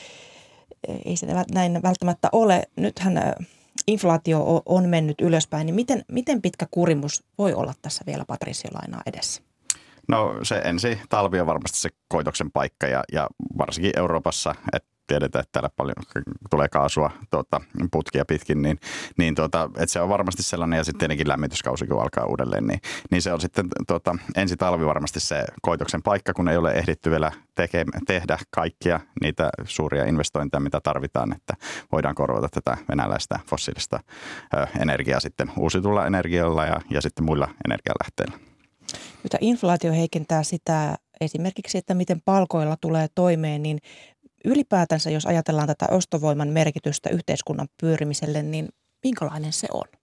ei se näin välttämättä ole. Nythän inflaatio on mennyt ylöspäin, niin miten pitkä kurimus voi olla tässä vielä patrissiolainaa edessä? No se ensi talvi on varmasti se koitoksen paikka ja varsinkin Euroopassa, että tiedetään, että täällä paljon tulee kaasua putkia pitkin, että se on varmasti sellainen, ja sitten tietenkin lämmityskausi, kun alkaa uudelleen, niin se on sitten ensi talvi varmasti se koitoksen paikka, kun ei ole ehditty vielä tehdä kaikkia niitä suuria investointeja, mitä tarvitaan, että voidaan korvata tätä venäläistä fossiilista energiaa sitten uusiutulla energialla ja sitten muilla energialähteillä. Nyt inflaatio heikentää sitä esimerkiksi, että miten palkoilla tulee toimeen, niin ylipäätänsä, jos ajatellaan tätä ostovoiman merkitystä yhteiskunnan pyörimiselle, niin minkälainen se on?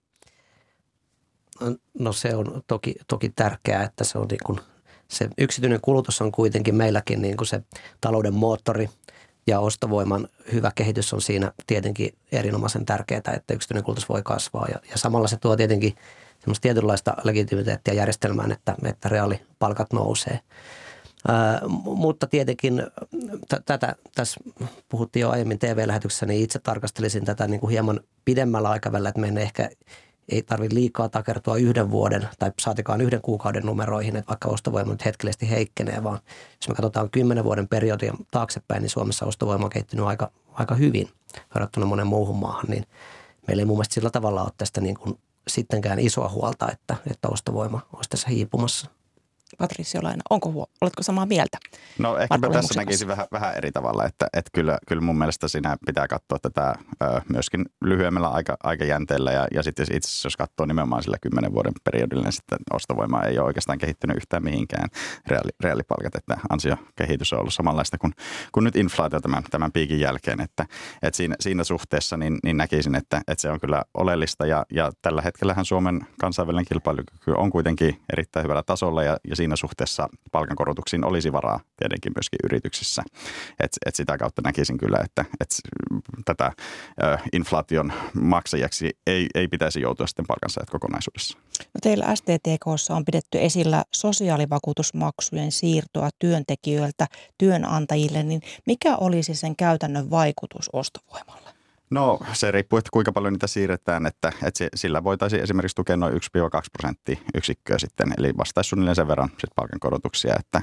No se on toki tärkeää, että se on niin kuin, se yksityinen kulutus on kuitenkin meilläkin niin kuin se talouden moottori, ja ostovoiman hyvä kehitys on siinä tietenkin erinomaisen tärkeää, että yksityinen kulutus voi kasvaa, ja samalla se tuo tietenkin semmoista tietynlaista legitimiteettiä järjestelmään, että reaalipalkat nousee. Mutta tietenkin tässä puhuttiin jo aiemmin TV-lähetyksessä, niin itse tarkastelisin tätä niin kuin hieman pidemmällä aikavälillä, että meidän ehkä ei tarvitse liikaa takertua 1 vuoden tai saatikaan 1 kuukauden numeroihin, että vaikka ostovoima nyt hetkellisesti heikkenee, vaan jos me katsotaan 10 vuoden periodia taaksepäin, niin Suomessa ostovoima on kehittynyt aika hyvin verrattuna monen muuhun maahan, niin meillä ei mun mielestä sillä tavalla ole tästä niin kuin sittenkään isoa huolta, että ostovoima olisi tässä hiipumassa. Patrissiolaina, oletko samaa mieltä? No ehkä mä tässä näkisin vähän eri tavalla, että kyllä mun mielestä siinä pitää katsoa tätä myöskin lyhyemmällä aikajänteellä ja sitten itse asiassa jos katsoo nimenomaan sillä 10 vuoden periodilla, niin sitten ostovoima ei ole oikeastaan kehittynyt yhtään mihinkään reaalipalkat, että ansiokehitys on ollut samanlaista kuin nyt inflaatio tämän piikin jälkeen, että siinä suhteessa niin näkisin, että se on kyllä oleellista ja tällä hetkellähän Suomen kansainvälinen kilpailukyky on kuitenkin erittäin hyvällä tasolla ja siinä suhteessa palkankorotuksiin olisi varaa tietenkin myöskin yrityksissä. Et sitä kautta näkisin kyllä, että tätä inflaation maksajaksi ei pitäisi joutua sitten palkansaajat kokonaisuudessa. No teillä STTK:ssa on pidetty esillä sosiaalivakuutusmaksujen siirtoa työntekijöiltä työnantajille, niin mikä olisi sen käytännön vaikutus ostovoimalle? No se riippuu, että kuinka paljon niitä siirretään, että sillä voitaisiin esimerkiksi tukea noin 1-2% yksikköä sitten, eli vastaisi suunnilleen sen verran sit palkankorotuksia, että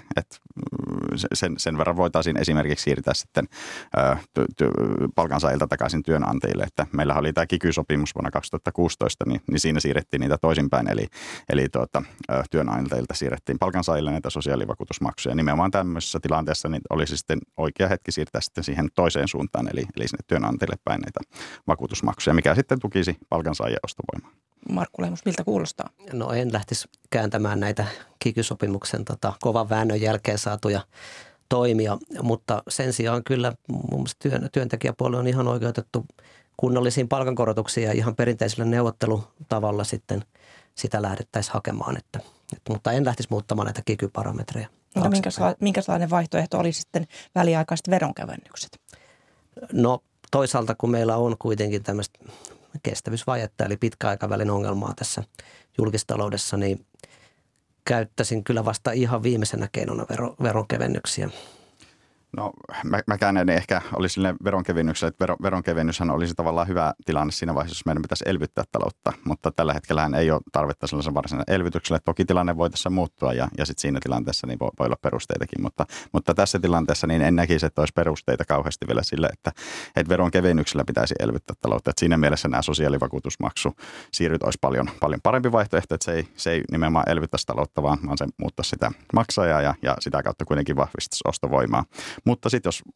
sen verran voitaisiin esimerkiksi siirtää sitten palkansaajilta takaisin työnantajille, että meillä oli tämä kiky-sopimus vuonna 2016, niin siinä siirrettiin niitä toisinpäin, eli työnantajilta siirrettiin palkansaajille näitä sosiaalivakuutusmaksuja. Nimenomaan tämmöisessä tilanteessa niin olisi sitten oikea hetki siirtää sitten siihen toiseen suuntaan, eli sinne työnantajille päin näitä vakuutusmaksuja, mikä sitten tukisi palkansaajien ostovoimaa. Markku Lehmus, miltä kuulostaa? No en lähtisi kääntämään näitä kiky-sopimuksen kovan väännön jälkeen saatuja toimia, mutta sen sijaan kyllä mun mielestä työntekijäpuoli on ihan oikeutettu kunnollisiin palkankorotuksiin ja ihan perinteisellä neuvottelutavalla sitten sitä lähdettäisiin hakemaan, mutta en lähtisi muuttamaan näitä kiky-parametreja. No minkälainen vaihtoehto olisi sitten väliaikaiset veronkevennykset? No toisaalta kun meillä on kuitenkin tämmöistä kestävyysvajetta eli pitkäaikavälin ongelmaa tässä julkistaloudessa, niin käyttäisin kyllä vasta ihan viimeisenä keinona veronkevennyksiä. No mäkään en ehkä olisi sille veronkevennykselle, että veronkevennyshän olisi tavallaan hyvä tilanne siinä vaiheessa, jos meidän pitäisi elvyttää taloutta, mutta tällä hetkellähän ei ole tarvetta sellaisen varsinaisen elvytykselle. Toki tilanne voi tässä muuttua ja sitten siinä tilanteessa niin voi olla perusteitakin, mutta tässä tilanteessa niin en näkisi, että olisi perusteita kauheasti vielä sille, että veronkevennyksellä pitäisi elvyttää taloutta. Että siinä mielessä nämä sosiaalivakuutusmaksu siirryt olisi paljon parempi vaihtoehto, että se ei nimenomaan elvyttäisi taloutta, vaan se muuttaisi sitä maksajaa ja sitä kautta kuitenkin vahvistaisi ostovoimaa. Mutta sitten jos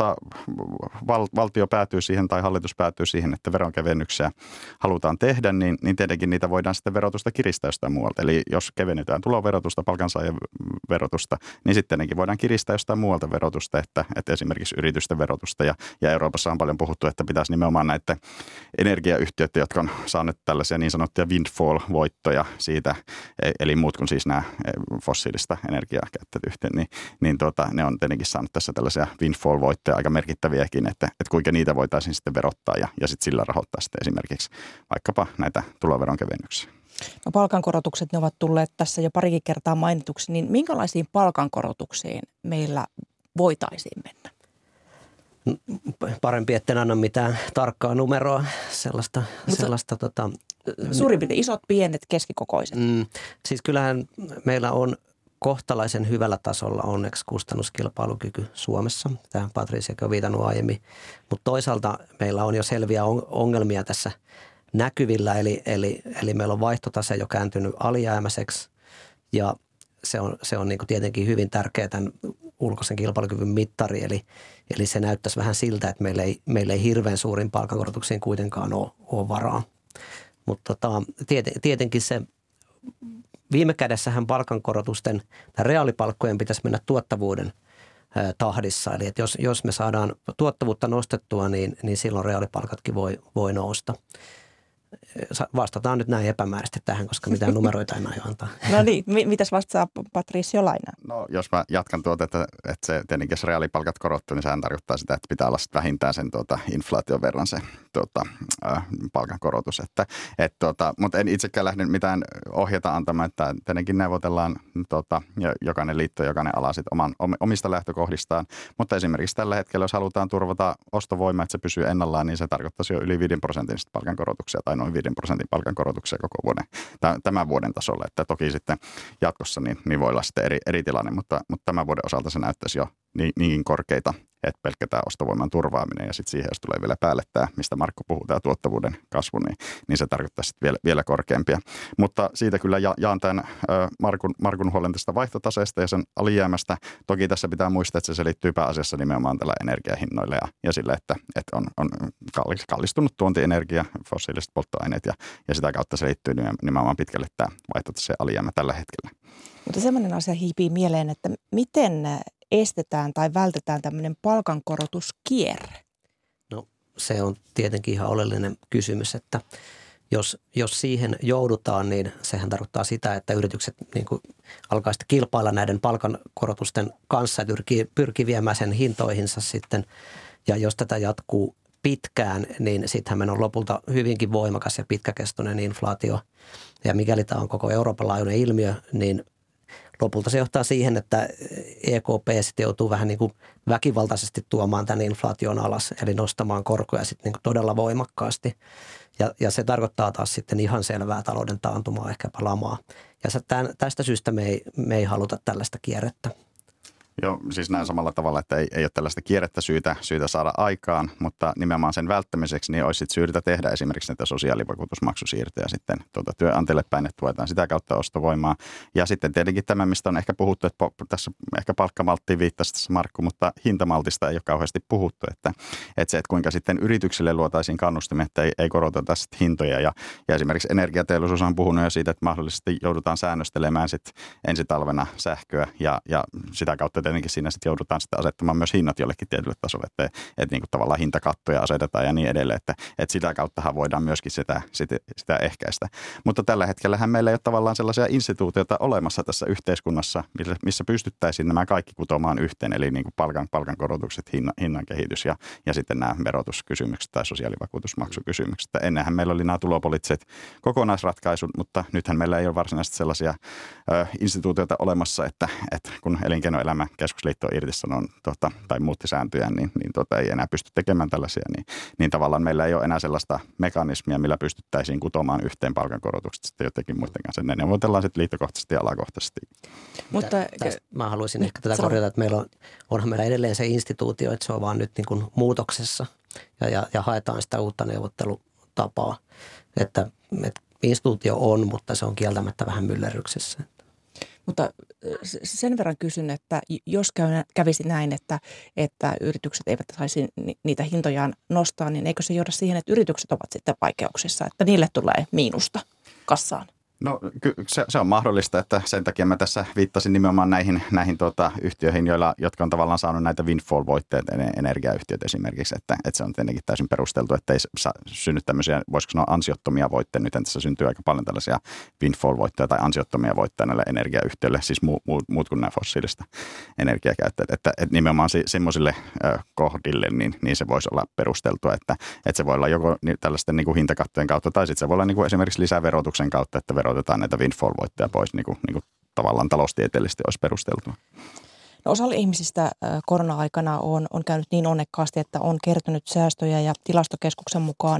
valtio päätyy siihen tai hallitus päätyy siihen, että veronkevennyksiä halutaan tehdä, niin tietenkin niitä voidaan sitten verotusta kiristää jostain muualta. Eli jos kevennetään tuloverotusta, palkansaajan verotusta, niin sitten tietenkin voidaan kiristää jostain muualta verotusta, että esimerkiksi yritysten verotusta. Ja Euroopassa on paljon puhuttu, että pitäisi nimenomaan näiden energiayhtiöiden, jotka on saaneet tällaisia niin sanottuja windfall-voittoja siitä, eli muut kuin siis nämä fossiilista energiaa käyttävät yhtiöt, niin ne on tietenkin saanut tässä tällaisia windfall-voittoja aika merkittäviäkin, että kuinka niitä voitaisiin sitten verottaa ja sitten sillä rahoittaa sitten esimerkiksi vaikkapa näitä tuloveronkevennyksiä. No palkankorotukset, ne ovat tulleet tässä jo parikin kertaa mainituksi, niin minkälaisiin palkankorotuksiin meillä voitaisiin mennä? Parempi, etten anna mitään tarkkaa numeroa, sellaista suurin piirtein isot, pienet, keskikokoiset. Siis kyllähän meillä on kohtalaisen hyvällä tasolla onneksi kustannuskilpailukyky Suomessa. Tämä Patriciakin on viitannut aiemmin. Mutta toisaalta meillä on jo selviä ongelmia tässä näkyvillä, eli meillä on vaihtotase jo kääntynyt alijäämäiseksi ja se on niin kuin tietenkin hyvin tärkeä tämän ulkoisen kilpailukyvyn mittari, eli se näyttäisi vähän siltä, että meillä ei hirveän suurin palkankorotuksiin kuitenkaan ole varaa. Mutta tietenkin se viime kädessähän palkankorotusten tai reaalipalkkojen pitäisi mennä tuottavuuden tahdissa. Eli että jos me saadaan tuottavuutta nostettua, niin silloin reaalipalkatkin voi nousta. Vastataan nyt näin epämääräisesti tähän, koska mitään numeroita ei antaa. No niin, mitäs vastaa Patricio Laine? No jos mä jatkan että se tietenkin jos reaalipalkat korottuu, niin sehän tarkoittaa sitä, että pitää olla vähintään sen inflaation verran se palkankorotus. Mutta en itsekään lähde mitään ohjata antamaan, että tietenkin neuvotellaan jokainen liitto, jokainen ala sit omista lähtökohdistaan. Mutta esimerkiksi tällä hetkellä, jos halutaan turvata ostovoima, että se pysyy ennallaan, niin se tarkoittaisi jo yli 5% palkankorotuksia tai noin 5% palkankorotuksia koko vuoden, tämän vuoden tasolla. Että toki sitten jatkossa niin voi olla sitten eri tilanne, mutta tämän vuoden osalta se näyttäisi jo niin korkeita, että pelkkä tämä ostovoiman turvaaminen ja sitten siihen, jos tulee vielä päälle tämä, mistä Markku puhuu, tämä tuottavuuden kasvu, niin se tarkoittaa sitten vielä korkeampia. Mutta siitä kyllä jaan tämän Markun huolen tästä vaihtotaseesta ja sen alijäämästä. Toki tässä pitää muistaa, että se selittyy pääasiassa nimenomaan tällä energiahinnoilla ja sillä, että on kallistunut tuontienergia, fossiiliset polttoaineet ja sitä kautta se liittyy nimenomaan pitkälle tämä vaihtotaseen alijäämä tällä hetkellä. Mutta semmoinen asia hiipii mieleen, että miten estetään tai vältetään tämmöinen palkankorotuskierre? No se on tietenkin ihan oleellinen kysymys, että jos siihen joudutaan, niin sehän tarkoittaa sitä, että yritykset niin kuin alkaa sitten kilpailla näiden palkankorotusten kanssa ja pyrkii viemään sen hintoihinsa sitten. Ja jos tätä jatkuu pitkään, niin sittenhän meillä on lopulta hyvinkin voimakas ja pitkäkestoinen inflaatio. Ja mikäli tämä on koko Euroopan laajuinen ilmiö, niin lopulta se johtaa siihen, että EKP sitten joutuu vähän niin kuin väkivaltaisesti tuomaan tämän inflaation alas, eli nostamaan korkoja sitten niin kuin todella voimakkaasti. Ja se tarkoittaa taas sitten ihan selvää talouden taantumaa, ehkäpä lamaa. Ja tästä syystä me ei haluta tällaista kierrettä. Joo, siis näin samalla tavalla, että ei ole tällaista kierrettä syytä saada aikaan, mutta nimenomaan sen välttämiseksi niin olisi sitten syytä tehdä esimerkiksi näitä sosiaalivakuutusmaksusiirtoja sitten työnantajille päin, että tuetaan sitä kautta ostovoimaa. Ja sitten tietenkin tämä, mistä on ehkä puhuttu, että tässä ehkä palkkamalttiin viittasi tässä Markku, mutta hintamaltista ei ole kauheasti puhuttu, että kuinka sitten yrityksille luotaisiin kannustimia, että ei koroteta sitten hintoja. Ja esimerkiksi energiateollisuus on puhunut jo siitä, että mahdollisesti joudutaan säännöstelemään sitten ensi talvena sähköä ja sitä kautta tietenkin siinä sitten joudutaan sitten asettamaan myös hinnat jollekin tietylle tasolle, että niin kuin tavallaan hintakattoja asetetaan ja niin edelleen, että sitä kauttahan voidaan myöskin sitä ehkäistä. Mutta tällä hetkellähän meillä ei ole tavallaan sellaisia instituutioita olemassa tässä yhteiskunnassa, missä pystyttäisiin nämä kaikki kutomaan yhteen, eli niin kuin palkankorotukset, hinnan kehitys ja sitten nämä verotuskysymykset tai sosiaalivakuutusmaksukysymykset. Ennenhän meillä oli nämä tulopoliittiset kokonaisratkaisut, mutta nythän meillä ei ole varsinaisesti sellaisia instituutioita olemassa, että kun elinkeinoelämä keskusliitto irtisanoi tai muutti sääntöjä, niin ei enää pysty tekemään tällaisia, niin tavallaan meillä ei ole enää sellaista mekanismia, millä pystyttäisiin kutomaan yhteen palkankorotukset sitten jotenkin muiden kanssa. Ne neuvotellaan sitten liittokohtaisesti ja alakohtaisesti. Mutta mä haluaisin ehkä tätä korjata, että onhan meillä edelleen se instituutio, että se on vaan nyt niin kuin muutoksessa ja haetaan sitä uutta neuvottelutapaa. Että instituutio on, mutta se on kieltämättä vähän myllerryksessä. Mutta sen verran kysyn, että jos kävisi näin, että yritykset eivät saisi niitä hintojaan nostaa, niin eikö se johda siihen, että yritykset ovat sitten vaikeuksissa, että niille tulee miinusta kassaan? No se on mahdollista, että sen takia mä tässä viittasin nimenomaan näihin yhtiöihin, jotka on tavallaan saanut näitä windfall-voitteita, energiayhtiöt esimerkiksi, että se on tietenkin täysin perusteltu, että ei synny tämmöisiä, voisiko sanoa ansiottomia voitteita. Nyt tässä syntyy aika paljon tällaisia windfall-voitteja tai ansiottomia voitteja näille energiayhtiöille, siis muut kuin nämä fossiilista energiakäyttäjät, että nimenomaan semmoisille kohdille, niin se voisi olla perusteltua, että se voi olla joko tällaisten niin kuin hintakattojen kautta tai sitten se voi olla niin kuin esimerkiksi lisäverotuksen kautta, että verotetaan näitä windfall-voittoja pois, niin kuin tavallaan taloustieteellisesti olisi perusteltua. No, osalla ihmisistä korona-aikana on käynyt niin onnekkaasti, että on kertynyt säästöjä ja tilastokeskuksen mukaan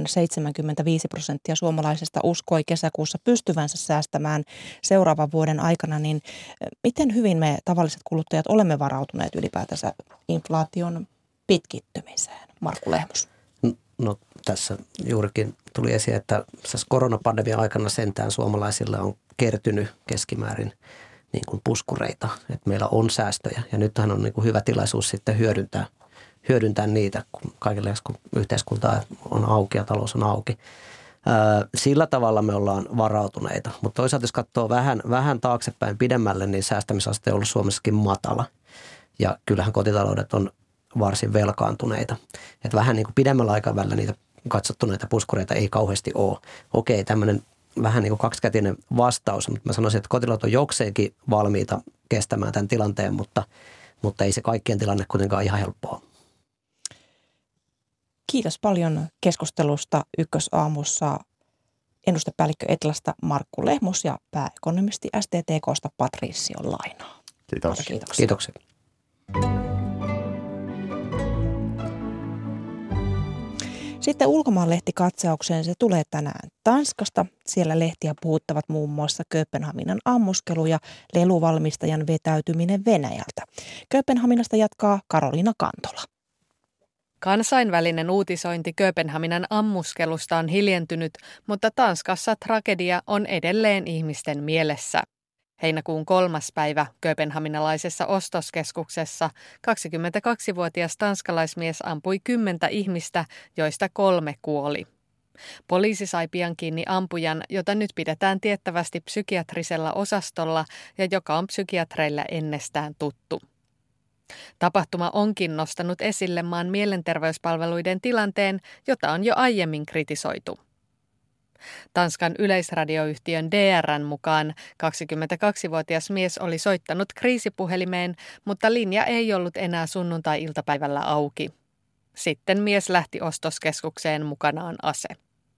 75% suomalaisista uskoi kesäkuussa pystyvänsä säästämään seuraavan vuoden aikana, niin miten hyvin me tavalliset kuluttajat olemme varautuneet ylipäätänsä inflaation pitkittymiseen? Markku Lehmus. No tässä juurikin tuli esiin, että koronapandemian aikana sentään suomalaisilla on kertynyt keskimäärin niin kuin puskureita, että meillä on säästöjä ja nythän on niin kuin hyvä tilaisuus sitten hyödyntää niitä, kun yhteiskunta on auki ja talous on auki. Sillä tavalla me ollaan varautuneita, mutta toisaalta jos katsoo vähän taaksepäin pidemmälle, niin säästämisaste on ollut Suomessakin matala ja kyllähän kotitaloudet on varsin velkaantuneita. Että vähän niin kuin pidemmällä aikavälillä niitä katsottuneita puskureita ei kauheasti ole. Okei, tämmöinen vähän niin kuin kaksikätinen vastaus, mutta mä sanoisin, että kotilaut on jokseenkin valmiita kestämään tämän tilanteen, mutta ei se kaikkien tilanne kuitenkaan ihan helppoa. Kiitos paljon keskustelusta Ykkösaamussa ennustepäällikkö Etlasta Markku Lehmus ja pääekonomisti STTK:sta Patricio Lainaa. Kiitos. Kiitoksia. Sitten ulkomaanlehtikatsaukseen se tulee tänään Tanskasta. Siellä lehtiä puhuttavat muun muassa Kööpenhaminan ammuskelu ja leluvalmistajan vetäytyminen Venäjältä. Kööpenhaminasta jatkaa Karoliina Kantola. Kansainvälinen uutisointi Kööpenhaminan ammuskelusta on hiljentynyt, mutta Tanskassa tragedia on edelleen ihmisten mielessä. Heinäkuun 3. päivä kööpenhaminalaisessa ostoskeskuksessa 22-vuotias tanskalaismies ampui 10 ihmistä, joista 3 kuoli. Poliisi sai pian kiinni ampujan, jota nyt pidetään tiettävästi psykiatrisella osastolla ja joka on psykiatreille ennestään tuttu. Tapahtuma onkin nostanut esille maan mielenterveyspalveluiden tilanteen, jota on jo aiemmin kritisoitu. Tanskan yleisradioyhtiön DR:n mukaan 22-vuotias mies oli soittanut kriisipuhelimeen, mutta linja ei ollut enää sunnuntai-iltapäivällä auki. Sitten mies lähti ostoskeskukseen mukanaan ase.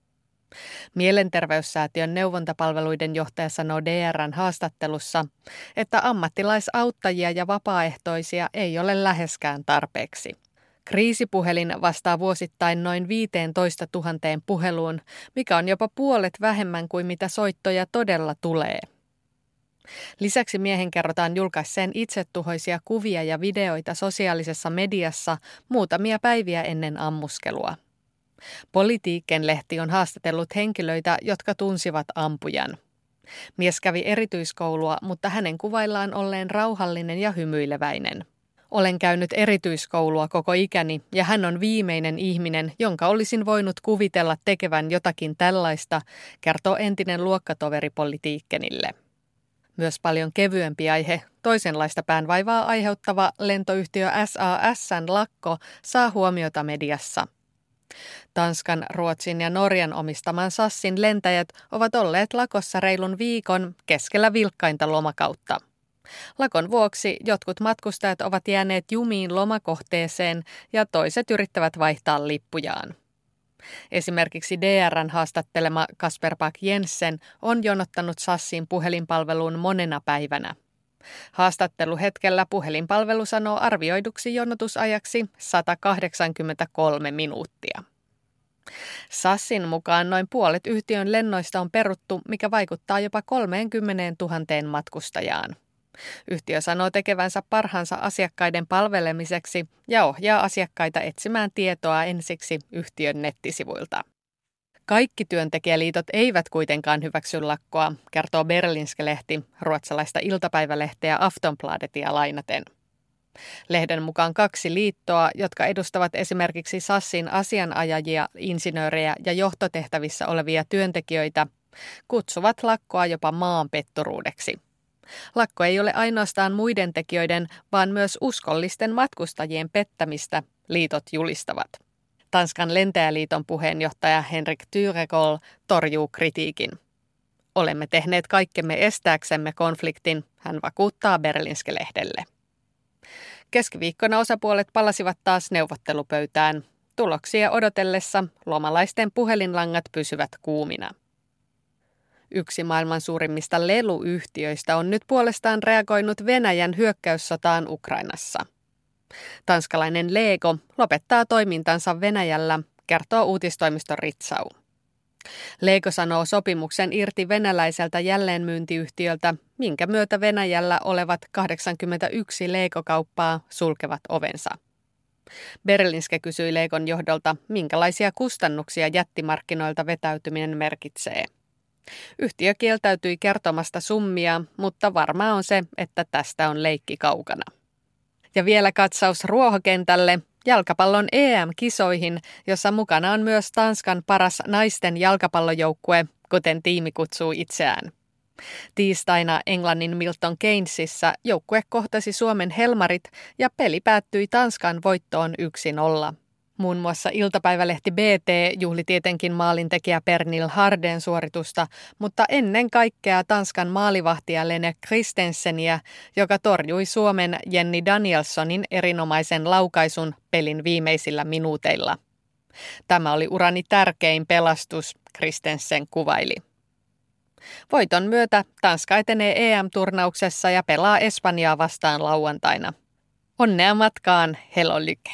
Mielenterveyssäätiön neuvontapalveluiden johtaja sanoo DR:n haastattelussa, että ammattilaisauttajia ja vapaaehtoisia ei ole läheskään tarpeeksi. Kriisipuhelin vastaa vuosittain noin 15 000 puheluun, mikä on jopa puolet vähemmän kuin mitä soittoja todella tulee. Lisäksi miehen kerrotaan julkaisseen itsetuhoisia kuvia ja videoita sosiaalisessa mediassa muutamia päiviä ennen ammuskelua. Politiikken-lehti on haastatellut henkilöitä, jotka tunsivat ampujan. Mies kävi erityiskoulua, mutta hänen kuvaillaan olleen rauhallinen ja hymyileväinen. Olen käynyt erityiskoulua koko ikäni ja hän on viimeinen ihminen, jonka olisin voinut kuvitella tekevän jotakin tällaista, kertoo entinen luokkatoveri Politiikkenille. Myös paljon kevyempi aihe, toisenlaista päänvaivaa aiheuttava lentoyhtiö SAS:n lakko saa huomiota mediassa. Tanskan, Ruotsin ja Norjan omistaman SASin lentäjät ovat olleet lakossa reilun viikon keskellä vilkkainta lomakautta. Lakon vuoksi jotkut matkustajat ovat jääneet jumiin lomakohteeseen ja toiset yrittävät vaihtaa lippujaan. Esimerkiksi DR:n haastattelema Kasper Bak Jensen on jonottanut SASin puhelinpalveluun monena päivänä. Haastatteluhetkellä puhelinpalvelu sanoo arvioiduksi jonotusajaksi 183 minuuttia. SASin mukaan noin puolet yhtiön lennoista on peruttu, mikä vaikuttaa jopa 30 000 matkustajaan. Yhtiö sanoo tekevänsä parhaansa asiakkaiden palvelemiseksi ja ohjaa asiakkaita etsimään tietoa ensiksi yhtiön nettisivuilta. Kaikki työntekijäliitot eivät kuitenkaan hyväksy lakkoa, kertoo Berlingske-lehti ruotsalaista iltapäivälehteä Aftonbladetia lainaten. Lehden mukaan 2 liittoa, jotka edustavat esimerkiksi SASin asianajajia, insinöörejä ja johtotehtävissä olevia työntekijöitä, kutsuvat lakkoa jopa maanpetturuudeksi. Lakko ei ole ainoastaan muiden tekijöiden, vaan myös uskollisten matkustajien pettämistä, liitot julistavat. Tanskan lentäjäliiton puheenjohtaja Henrik Thyregård torjuu kritiikin. Olemme tehneet kaikkemme estääksemme konfliktin, hän vakuuttaa Berlingske-lehdelle. Keskiviikkona osapuolet palasivat taas neuvottelupöytään. Tuloksia odotellessa lomalaisten puhelinlangat pysyvät kuumina. Yksi maailman suurimmista leluyhtiöistä on nyt puolestaan reagoinut Venäjän hyökkäyssotaan Ukrainassa. Tanskalainen Lego lopettaa toimintansa Venäjällä, kertoo uutistoimisto Ritzau. Lego sanoo sopimuksen irti venäläiseltä jälleenmyyntiyhtiöltä, minkä myötä Venäjällä olevat 81 Lego-kauppaa sulkevat ovensa. Berlingske kysyi Legon johdolta, minkälaisia kustannuksia jättimarkkinoilta vetäytyminen merkitsee. Yhtiö kieltäytyi kertomasta summia, mutta varmaa on se, että tästä on leikki kaukana. Ja vielä katsaus ruohokentälle, jalkapallon EM-kisoihin, jossa mukana on myös Tanskan paras naisten jalkapallojoukkue, kuten tiimi kutsuu itseään. Tiistaina Englannin Milton Keynesissa joukkue kohtasi Suomen Helmarit ja peli päättyi Tanskan voittoon 1-0. Muun muassa iltapäivälehti BT juhli tietenkin maalintekijä Pernille Harden suoritusta, mutta ennen kaikkea Tanskan maalivahtia Lene Christenseniä, joka torjui Suomen Jenny Danielssonin erinomaisen laukaisun pelin viimeisillä minuuteilla. Tämä oli urani tärkein pelastus, Christensen kuvaili. Voiton myötä Tanska etenee EM-turnauksessa ja pelaa Espanjaa vastaan lauantaina. Onnea matkaan, Helo Lyke.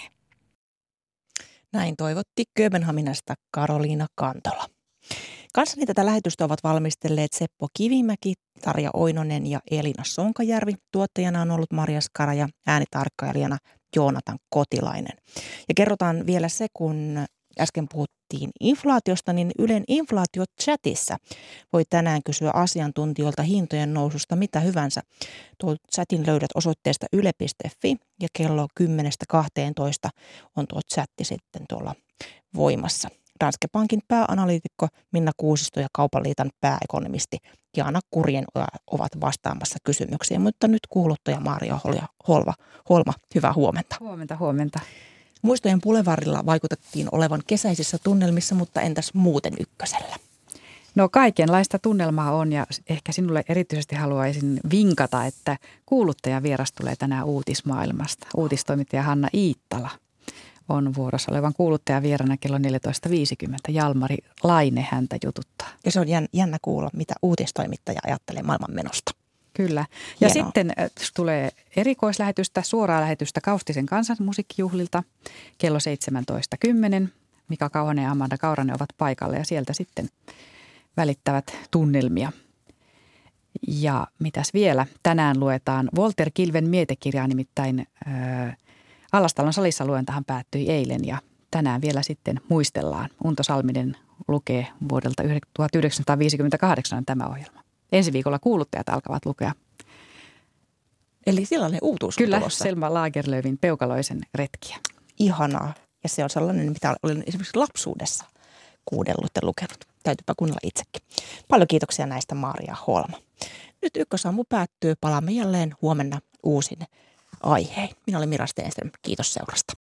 Näin toivotti Kööpenhaminasta Karoliina Kantola. Kanssani tätä lähetystä ovat valmistelleet Seppo Kivimäki, Tarja Oinonen ja Elina Sonkajärvi. Tuottajana on ollut Marja Skara ja äänitarkkailijana Joonatan Kotilainen. Ja kerrotaan vielä se, kun äsken puhuttiin inflaatiosta, niin Ylen inflaatiochatissa voi tänään kysyä asiantuntijoilta hintojen noususta mitä hyvänsä. Tuo chatin löydät osoitteesta yle.fi ja kello 10-12 on tuo chatti sitten tuolla voimassa. Danske Bankin pääanalyytikko Minna Kuusisto ja Kaupan liiton pääekonomisti Jaana Kurjen ovat vastaamassa kysymyksiin. Mutta nyt kuuluttaja Maria Holma, hyvää huomenta. Huomenta. Muistojen Boulevardilla vaikutettiin olevan kesäisissä tunnelmissa, mutta entäs muuten Ykkösellä? No kaikenlaista tunnelmaa on ja ehkä sinulle erityisesti haluaisin vinkata, että kuuluttaja vieras tulee tänään uutismaailmasta. Uutistoimittaja Hanna Iittala on vuorossa olevan kuuluttajavieraana kello 14.50. Jalmari Laine häntä jututtaa. Ja se on jännä kuulla, mitä uutistoimittaja ajattelee maailmanmenosta. Kyllä. Ja Hienoa. sitten tulee erikoislähetystä, suoraa lähetystä Kaustisen kansanmusiikkijuhlilta kello 17.10. Mika Kauhanen ja Amanda Kauranen ovat paikalla ja sieltä sitten välittävät tunnelmia. Ja mitäs vielä? Tänään luetaan Walter Kilven mietekirjaa, nimittäin Allastalon salissa luentahan päättyi eilen ja tänään vielä sitten muistellaan. Unto Salminen lukee vuodelta 1958 tämä ohjelma. Ensi viikolla kuuluttajat alkavat lukea. Eli sellainen uutuus Kyllä, tulossa. Selma Lagerlöfin Peukaloisen retkiä. Ihanaa. Ja se on sellainen, mitä olen esimerkiksi lapsuudessa kuudellut ja lukenut. Täytyypä kuunnella itsekin. Paljon kiitoksia näistä, Maaria Holma. Nyt Ykkösaamu päättyy. Palaamme jälleen huomenna uusin aihein. Minä olen Mira Stenström. Kiitos seurasta.